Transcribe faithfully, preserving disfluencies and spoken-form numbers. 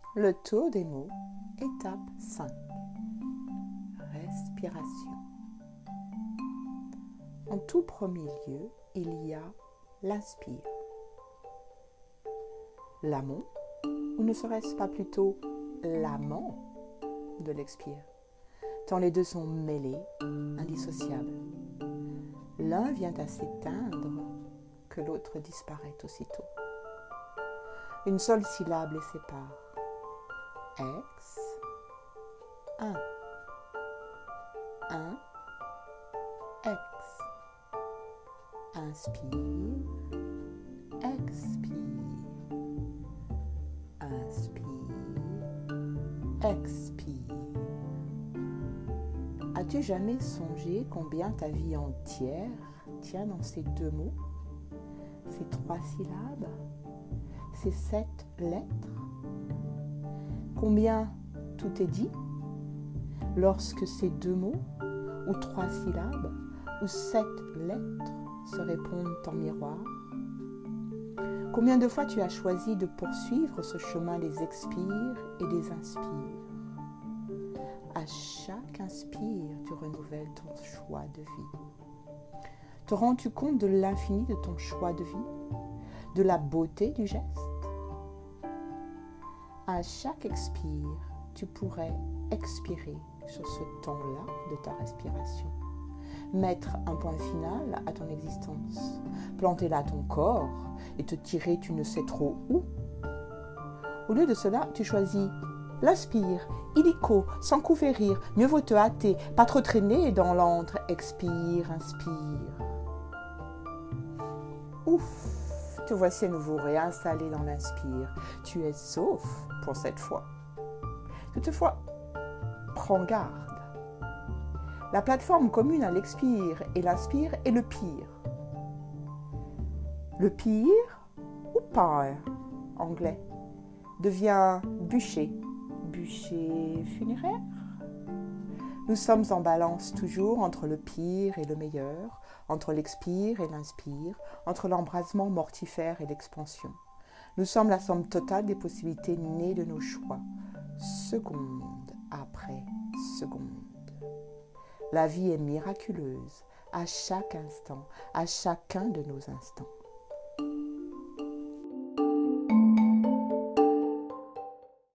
Le tour des mots, étape cinq. Respiration. En tout premier lieu, il y a l'inspire. L'amont, ou ne serait-ce pas plutôt l'amant de l'expire, tant les deux sont mêlés, indissociables. L'un vient à s'éteindre que l'autre disparaît aussitôt. Une seule syllabe les sépare. Ex, un, un, ex, inspire, expire, inspire, expire. As-tu jamais songé combien ta vie entière tient dans ces deux mots, ces trois syllabes, ces sept lettres? Combien tout est dit lorsque ces deux mots, ou trois syllabes, ou sept lettres se répondent en miroir? Combien de fois tu as choisi de poursuivre ce chemin des expires et des inspires? À chaque inspire, tu renouvelles ton choix de vie. Te rends-tu compte de l'infini de ton choix de vie, de la beauté du geste? À chaque expire, tu pourrais expirer sur ce temps-là de ta respiration, mettre un point final à ton existence, planter là ton corps et te tirer tu ne sais trop où. Au lieu de cela, tu choisis l'inspire, illico, sans coup férir, mieux vaut te hâter, pas trop traîner dans l'antre, expire, inspire. Ouf! Te voici à nouveau réinstallé dans l'inspire. Tu es sauf pour cette fois. Toutefois, prends garde. La plateforme commune à l'expire et l'inspire est le pire. Le pire, ou pyre, anglais, devient bûcher. Bûcher funéraire? Nous sommes en balance toujours entre le pire et le meilleur, entre l'expire et l'inspire, entre l'embrasement mortifère et l'expansion. Nous sommes la somme totale des possibilités nées de nos choix, seconde après seconde. La vie est miraculeuse à chaque instant, à chacun de nos instants.